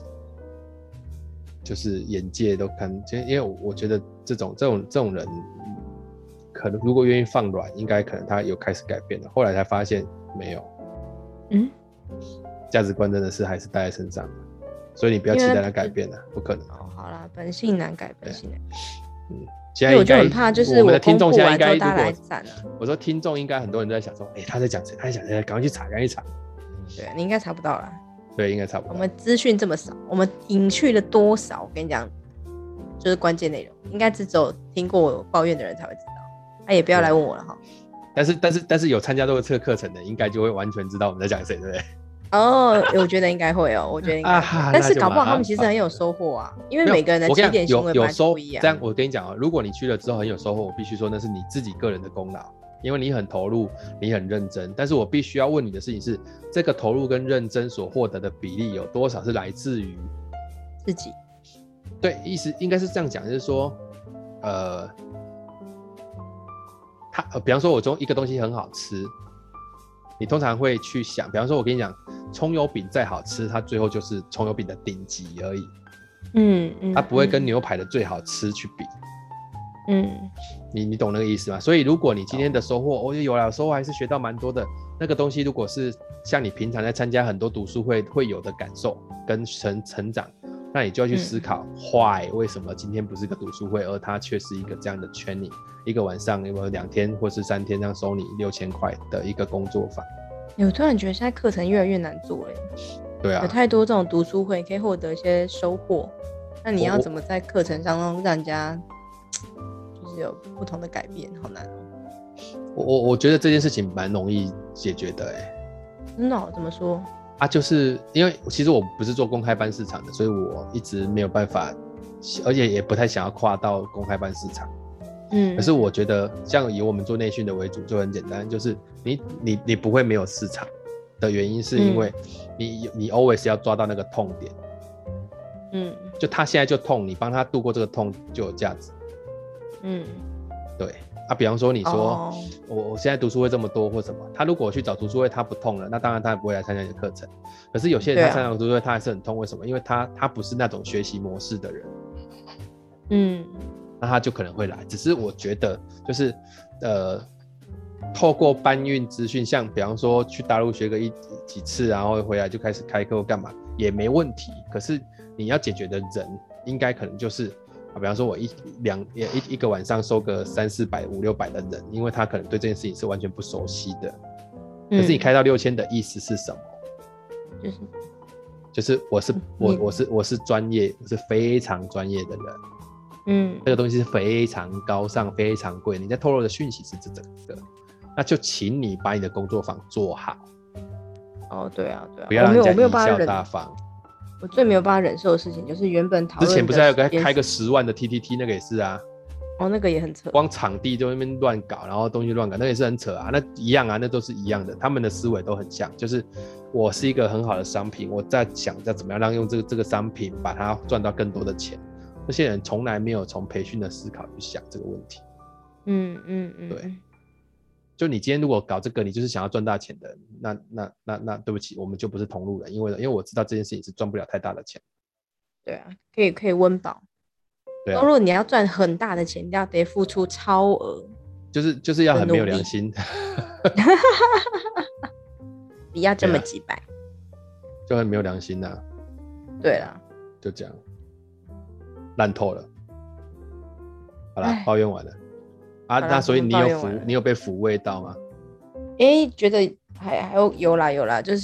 就是眼界都看，因为我觉得这种人。可能如果愿意放软，应该可能他有开始改变了。后来才发现没有，价值观真的是还是带在身上的，所以你不要期待他改变了，不可能。 好啦，本性难改，本性难改。 现在应该我就很怕，就是我们的听众现在应该， 大家来赞了。 我说听众应该很多人都在想说，他在讲谁？他在讲谁？赶快去查，赶快去查。 对，你应该查不到啦。 对，应该查不到。 我们资讯这么少，我们隐去了多少？我跟你讲，就是关键内容，应该只有听过我抱怨的人才会知道。也不要来问我了哈。 但是有参加这个课程的，应该就会完全知道我们在讲谁，对不对？ 我觉得应该会哦，我觉得应该会。但是搞不好他们其实很有收获啊，因为每个人的起点行为本来不一样。 这样我跟你讲如果你去了之后很有收获，我必须说那是你自己个人的功劳，因为你很投入，你很认真。但是我必须要问你的事情是，这个投入跟认真所获得的比例有多少是来自于自己？ 对，意思应该是这样讲，就是说，比方说我中一个东西很好吃，你通常会去想，比方说我跟你讲，葱油饼再好吃，它最后就是葱油饼的顶级而已。它不会跟牛排的最好吃去比。你懂那个意思吗？所以如果你今天的收获，有了收获，还是学到蛮多的那个东西，如果是像你平常在参加很多读书会会有的感受跟成长，那你就要去思考why 为什么今天不是一个读书会，而它却是一个这样的 training， 一个晚上有2天或是3天这样收你6000块的一个工作坊。 我突然觉得现在课程越来越难做了。 对啊， 有太多这种读书会可以获得一些收获，那你要怎么在课程上让人家就是有不同的改变，好难哦。 我觉得这件事情蛮容易解决的。 真的怎么说？ 就是因为其实我不是做公开班市场的，所以我一直没有办法，而且也不太想要跨到公开班市场。可是我觉得像以我们做内训的为主就很简单，就是你不会没有市场的原因是因为你 always 要抓到那个痛点。就他现在就痛，你帮他度过这个痛就有价值。对。比方说你说我现在读书会这么多或什么，他如果去找读书会他不痛了，那当然他也不会来参加你的课程。可是有些人他参加读书会他还是很痛，为什么？因为他不是那种学习模式的人。那他就可能会来。只是我觉得就是透过搬运资讯，像比方说去大陆学个几次，然后回来就开始开课干嘛也没问题。可是你要解决的人应该可能就是比方说我一个晚上收个300-400、500-600的人，因为他可能对这件事情是完全不熟悉的。可是你开到6000的意思是什么？就是我是专业，我是非常专业的人。这个东西是非常高尚、非常贵，你在透露的讯息是这个，那就请你把你的工作坊做好。 对啊， 不要让人家贻笑大方。 我最没有办法忍受的事情就是原本讨论之前不是还有个开个10万的 TTT， 那个也是啊。 那个也很扯。 光场地就在那边乱搞，然后东西乱搞，那个也是很扯啊。那一样啊，那都是一样的，他们的思维都很像。就是我是一个很好的商品，我在想要怎么样让用这个商品把它赚到更多的钱。那些人从来没有从培训的思考去想这个问题。对。就你今天如果搞这个，你就是想要赚大钱的，那对不起，我们就不是同路人，因为我知道这件事情是赚不了太大的钱。对啊， 可以温饱。对啊。如果你要赚很大的钱，你要得付出超额。 就是要很没有良心。 不要这么几百。 就很没有良心啊。 对啦。 就这样。烂透了。 好啦，抱怨完了啊。那所以你有被抚慰到吗？ 觉得还有啦，就是，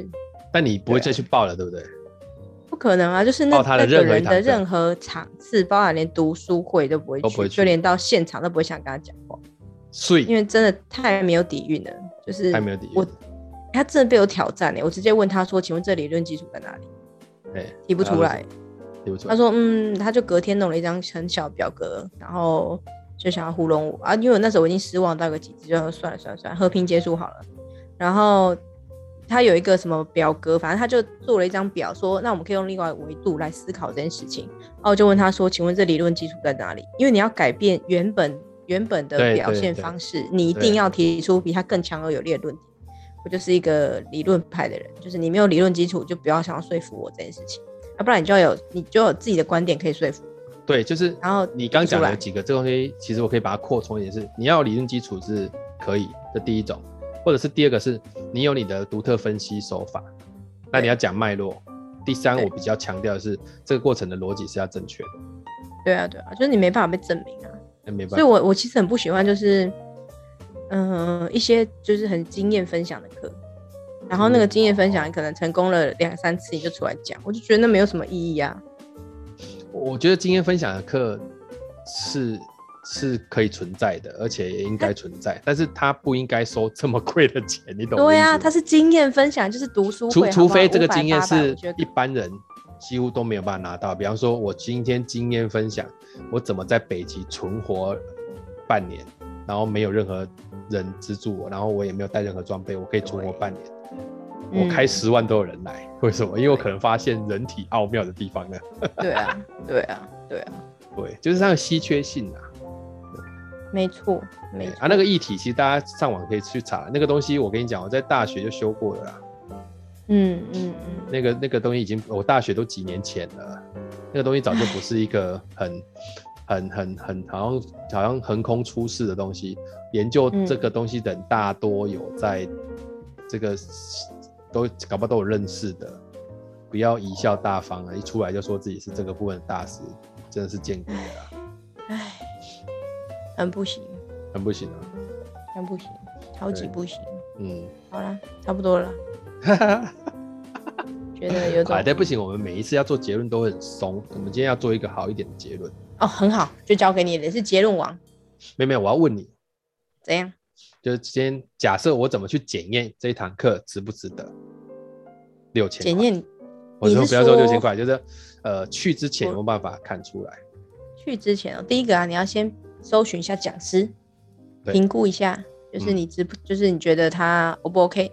但你不会再去报了，对不对？ 不可能啊，就是那个人的任何场次，包含连读书会都不会去，就连到现场都不会想跟他讲话。因为真的太没有底蕴了，就是太没有底蕴。 他真的被我挑战我直接问他说：“请问这理论基础在哪里？”提不出来。他说：“他就隔天弄了一张很小的表格，然后就想要糊弄我啊。因为我那时候我已经失望到一个极致，就算了，和平结束好了。然后他有一个什么表格，反正他就做了一张表，说那我们可以用另外一个维度来思考这件事情。然后我就问他说：请问这理论基础在哪里？因为你要改变原本的表现方式，你一定要提出比他更强而有力的论点。我就是一个理论派的人，就是你没有理论基础，就不要想要说服我这件事情，不然你就有自己的观点可以说服。 对，就是然后你刚讲的几个这东西，其实我可以把它扩充一点，是你要有理论基础是可以，这第一种，或者是第二个是你有你的独特分析手法，那你要讲脉络。第三，我比较强调的是这个过程的逻辑是要正确的。 对啊，就是你没办法被证明啊。 没办法。 所以我其实很不喜欢就是一些就是很经验分享的课，然后那个经验分享可能成功了2-3次你就出来讲，我就觉得那没有什么意义啊。 我觉得经验分享的课是可以存在的，而且也应该存在，但是它不应该收这么贵的钱，你懂吗？ 对啊，它是经验分享，就是读书会， 除非这个经验是一般人几乎都没有办法拿到。比方说我今天经验分享我怎么在北极存活半年，然后没有任何人资助我，然后我也没有带任何装备，我可以存活半年，我开10万都有人来。为什么？因为我可能发现人体奥妙的地方了。 对啊， 就是它的稀缺性啊。 没错。 那个议题其实大家上网可以去查，那个东西我跟你讲，我在大学就修过了啦。那个东西已经我大学都几年前了，那个东西早就不是一个很好像横空出世的东西。研究这个东西的人大多有在这个都搞不好都有认识的，不要贻笑大方啊！一出来就说自己是这个部分的大师，真的是见鬼了。 很不行， 很不行啊， 很不行，超级不行。好啦，差不多了。觉得有种但不行，我们每一次要做结论都会很松。我们今天要做一个好一点的结论。 很好，就交给你了，是结论王。 没有，我要问你， 怎样？ 就是今天假设我怎么去检验这一堂课值不值得6000块？ 检验， 我说不要说6000块，就是去之前有没有办法看出来？ 去之前第一个你要先搜寻一下讲师，评估一下，就是就是你觉得他 O 不 OK？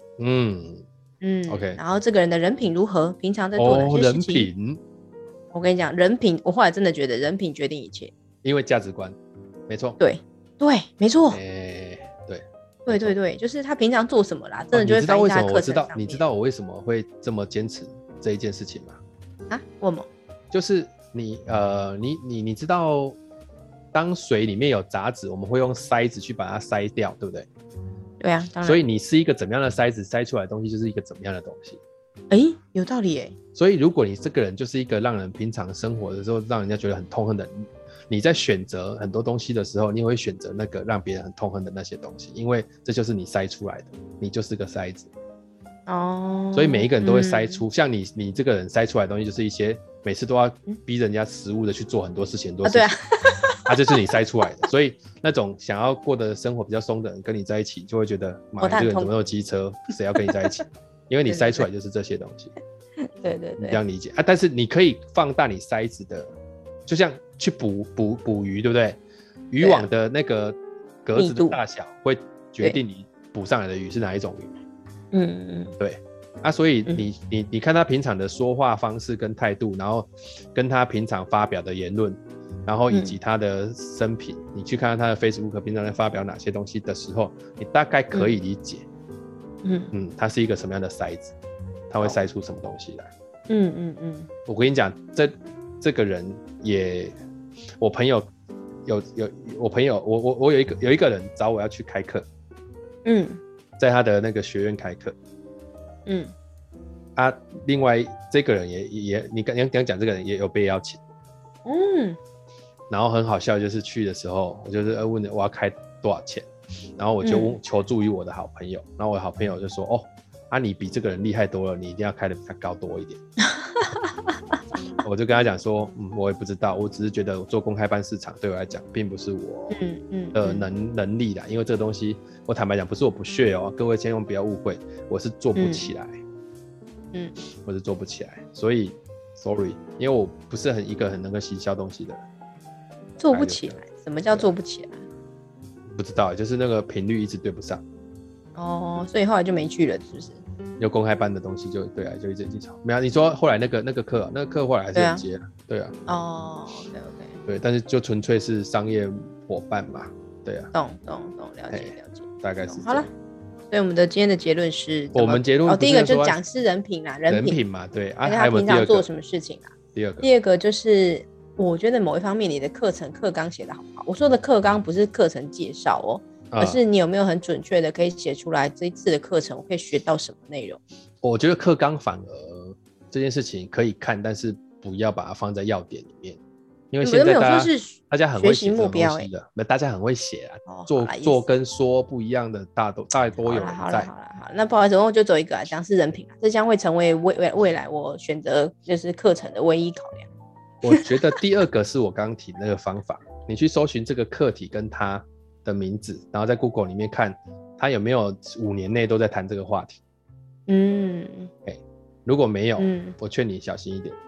OK。然后这个人的人品如何？平常在做哪些事情？人品，我跟你讲，人品，我后来真的觉得人品决定一切， 因为价值观，没错。 对，没错。 对， 就是他平常做什么啦，真的就会反映他课程上面。 你知道我为什么会这么坚持这一件事情吗？ 为什么？ 就是你知道，当水里面有杂质，我们会用筛子去把它筛掉，对不对？ 对啊，当然。 所以你是一个怎么样的筛子，筛出来的东西就是一个怎么样的东西。 有道理耶。 所以如果你这个人就是一个让人平常生活的时候让人家觉得很痛恨的人，你在选择很多东西的时候，你会选择那个让别人很痛恨的那些东西，因为这就是你筛出来的，你就是个筛子。所以每一个人都会筛出，像你这个人筛出来的东西，就是一些每次都要逼人家食物的去做很多事情， 对啊， 这是你筛出来的。所以那种想要过的生活比较松的人跟你在一起，就会觉得妈，这个人怎么有机车，谁要跟你在一起？因为你筛出来就是这些东西。 对， 你这样理解但是你可以放大你筛子的，就像去捕鱼，对不对？渔网的那个格子的大小会决定你捕上来的鱼是哪一种鱼。对所以你看他平常的说话方式跟态度，然后跟他平常发表的言论，然后以及他的生平，你去看看他的 Facebook 平常在发表哪些东西的时候，你大概可以理解他是一个什么样的筛子，他会筛出什么东西来。我跟你讲，这个人也，我朋友我有一个人找我要去开课，在他的那个学院开课，另外这个人也你刚讲这个人也有被邀请， 然后很好笑，就是去的时候，我就是问我要开多少钱，然后我就求助于我的好朋友，然后我的好朋友就说：“哦，你比这个人厉害多了，你一定要开的比他高多一点。”我就跟他讲说，我也不知道，我只是觉得我做公开班市场对我来讲，并不是我的能力啦，因为这个东西，我坦白讲，不是我不屑哦，各位千万不要误会，我是做不起来，我是做不起来，所以 sorry， 因为我不是一个很能够行销东西的人， 做不起来，什么叫做不起来？ 不知道，就是那个频率一直对不上。 哦，所以后来就没去了，是不是？ 有公开班的东西就对啊，就一直吵。没有，你说后来那个课，那个课后来还是有接了，对啊。 哦 ，OK， 对，但是就纯粹是商业伙伴嘛，对啊。 懂，了解。 大概是。 好了，所以我们的今天的结论是， 我们结论第一个就是讲师人品啦， 人品嘛，对啊。 他平常做什么事情啊？第二个就是，我觉得某一方面你的课纲写得好不好？我说的课纲不是课程介绍哦。可是你有没有很准确的可以写出来这一次的课程我可以学到什么内容？我觉得课纲反而这件事情可以看，但是不要把它放在要点里面，因为现在大家很会写这种东西的，大家很会写啊，做跟说不一样的大多有人在。 好了，那不好意思，我就走一个讲师人品这将会成为未来我选择就是课程的唯一考量。 我觉得第二个是我刚刚提的那个方法，你去搜寻这个课题跟他的名字，然后在 Google 里面看他有没有5年内都在谈这个话题。如果没有，我劝你小心一点。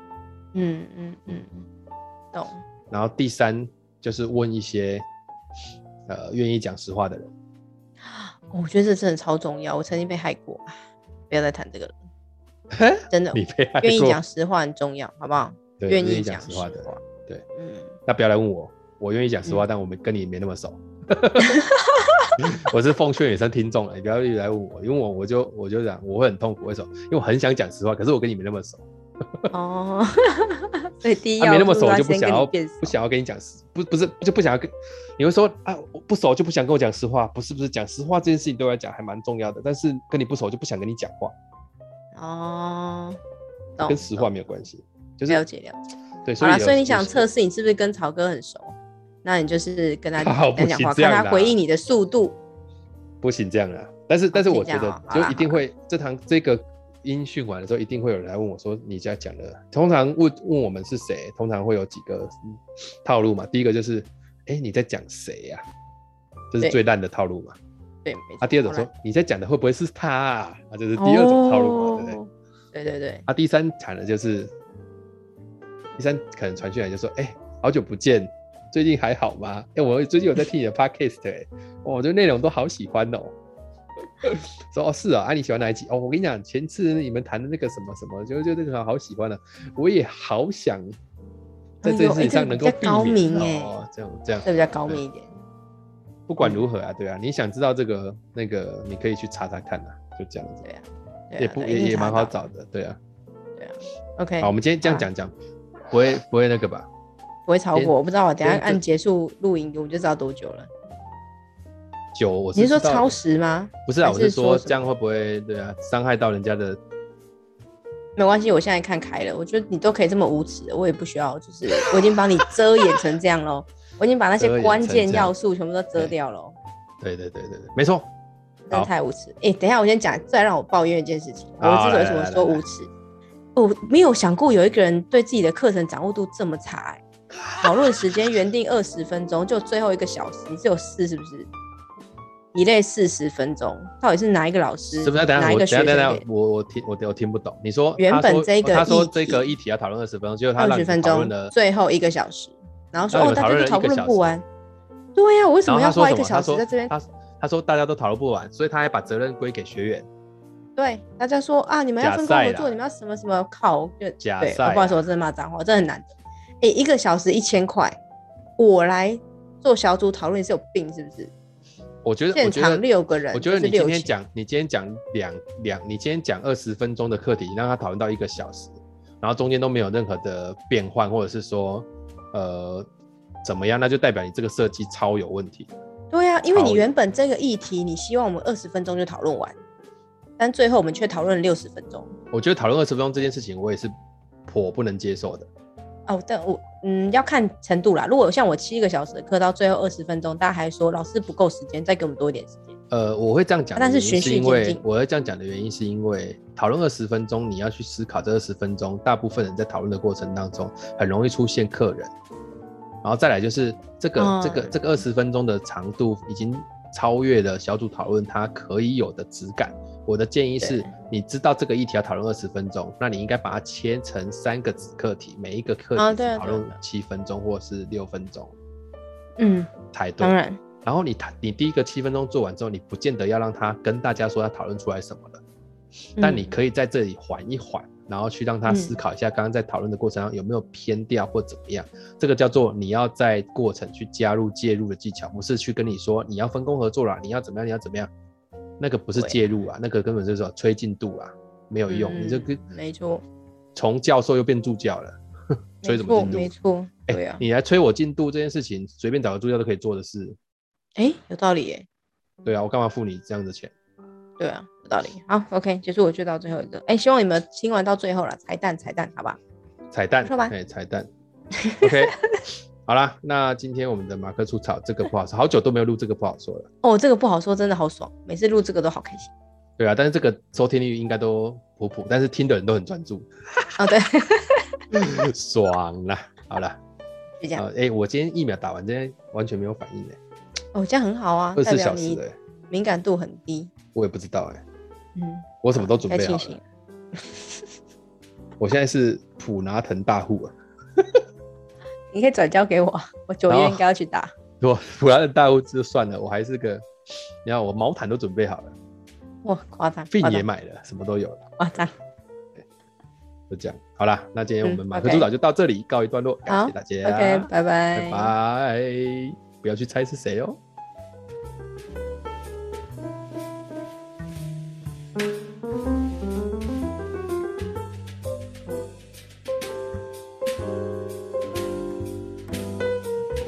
懂。 然后第三就是问一些愿意讲实话的人。 我觉得这真的超重要，我曾经被害过，不要再谈这个了。真的， 你被害过， 愿意讲实话很重要，好不好？愿意讲实话的， 对，那不要来问我愿意讲实话，但我们跟你没那么熟。我是奉劝女生听众了，你不要一直来问我，因为我就讲我会很痛苦，为什么？因为我很想讲实话，可是我跟你没那么熟。 所以第一要没那么熟，我就不想要跟你讲不是就不想要跟你会说不熟就不想跟我讲实话，不是讲实话这件事情对我来讲还蛮重要的，但是跟你不熟就不想跟你讲话。跟实话没有关系，就是了解。 对， 所以你想测试你是不是跟曹哥很熟？那你就是跟他讲话，看他回应你的速度。 不行这样啊！但是我觉得就一定会这个音讯完的时候，一定会有人来问我说你在讲的。通常问我们是谁，通常会有几个套路嘛。第一个就是你在讲谁呀？这是最烂的套路嘛。 对，没错。 第二种说你在讲的会不会是他啊？这是第二种套路嘛，对不对？对。 第三惨的就是第三可能传讯来就说好久不见。最近还好吗？我最近有在听你的 podcast， 我觉得内容都好喜欢哦。说是啊，你喜欢哪一集？我跟你讲，前次你们谈的那个什么什么，就那个好喜欢的，我也好想在这件事情上能够避免这样， 这比较高明一点。 不管如何啊，对啊，你想知道这个那个，你可以去查查看啊，就这样子。对啊，也蛮好找的，对啊。 OK， 好，我们今天这样讲，不会那个吧？ 不会超过，我不知道，我等一下按结束录影，我就知道多久了。你是说超时吗？ 不是啊，我是说这样会不会对啊，伤害到人家的？ 没关系，我现在看开了，我觉得你都可以这么无耻，我也不需要，就是我已经帮你遮掩成这样咯。我已经把那些关键要素全部都遮掉了。 对，没错。 真的太无耻。等一下我先讲，再让我抱怨一件事情。我之所以为什么说无耻，我没有想过有一个人对自己的课程掌握度这么差。讨论时间原定20分钟，就最后1个小时，你只有4，是不是？一类40分钟，到底是哪一个老师？哪一个学生？ 我听不懂。你说原本他说这个议题要讨论20分钟，结果他让你讨论了最后1个小时，然后说大家都讨论不完。对呀，我为什么要花1个小时在这边？ 他说大家都讨论不完，所以他还把责任归给学员。 对，大家说你们要分工合作，你们要什么什么靠假赛。 不好意思，我真的骂脏话，真的很难。1个小时1000块，我来做小组讨论，你是有病是不是？ 我觉得现场6个人， 我觉得你今天讲你今天讲20分钟的课题，让他讨论到1个小时，然后中间都没有任何的变换，或者是说怎么样，那就代表你这个设计超有问题。 对啊，因为你原本这个议题，你希望我们20分钟就讨论完，但最后我们却讨论了60分钟。 我觉得讨论20分钟这件事情，我也是颇不能接受的。 哦，但我要看程度啦。如果像我7个小时的课，到最后20分钟，大家还说老师不够时间，再给我们多一点时间。 我会这样讲的但原因是循序渐是因为进。 我会这样讲的原因是因为讨论20分钟，你要去思考这20分钟，大部分人在讨论的过程当中，很容易出现客人，然后再来就是这个20分钟的长度已经超越了小组讨论它可以有的质感。我的建议是，你知道这个议题要讨论20分钟，那你应该把它切成3个子课题，每一个课题只讨论7分钟或是6分钟，才对。 当然。 然后你第一个7分钟做完之后，你不见得要让他跟大家说他讨论出来什么了，但你可以在这里缓一缓，然后去让他思考一下刚刚在讨论的过程中有没有偏掉或怎么样。这个叫做你要在过程去加入介入的技巧，不是去跟你说你要分工合作啦，你要怎么样，你要怎么样，那个不是介入啊，那个根本就是说催进度啊，没有用。你这个没错， 从教授又变助教了，催什么进度？ 没错，对啊。 你来催我进度这件事情，随便找个助教都可以做的事。 有道理耶。 对啊，我干嘛付你这样的钱？ 对啊，有道理。好 ，OK， 结束，我就到最后一个。希望你们听完到最后了，彩蛋，好吧？ 彩蛋， 说吧。 彩蛋。OK， 好啦，那今天我们的马克出草这个不好说，好久都没有录这个不好说了。 这个不好说，真的好爽，每次录这个都好开心。 对啊，但是这个收听率应该都普普，但是听的人都很专注。 对， 爽啦！好了， 就这样。 我今天疫苗打完，今天完全没有反应这样很好啊 ，24小时的， 敏感度很低。 我也不知道我什么都准备好了。我现在是普拿疼大户啊。 你可以转交给我，我9月应该要去打。 我普拿疼大户就算了，我还是个，你看我毛毯都准备好了。 哇，夸张！ 病也买了，什么都有了。 夸张。 就这样，好啦，那今天我们马克主导就到这里告一段落，感谢大家。 OK， 拜拜。 拜拜，不要去猜是谁哦。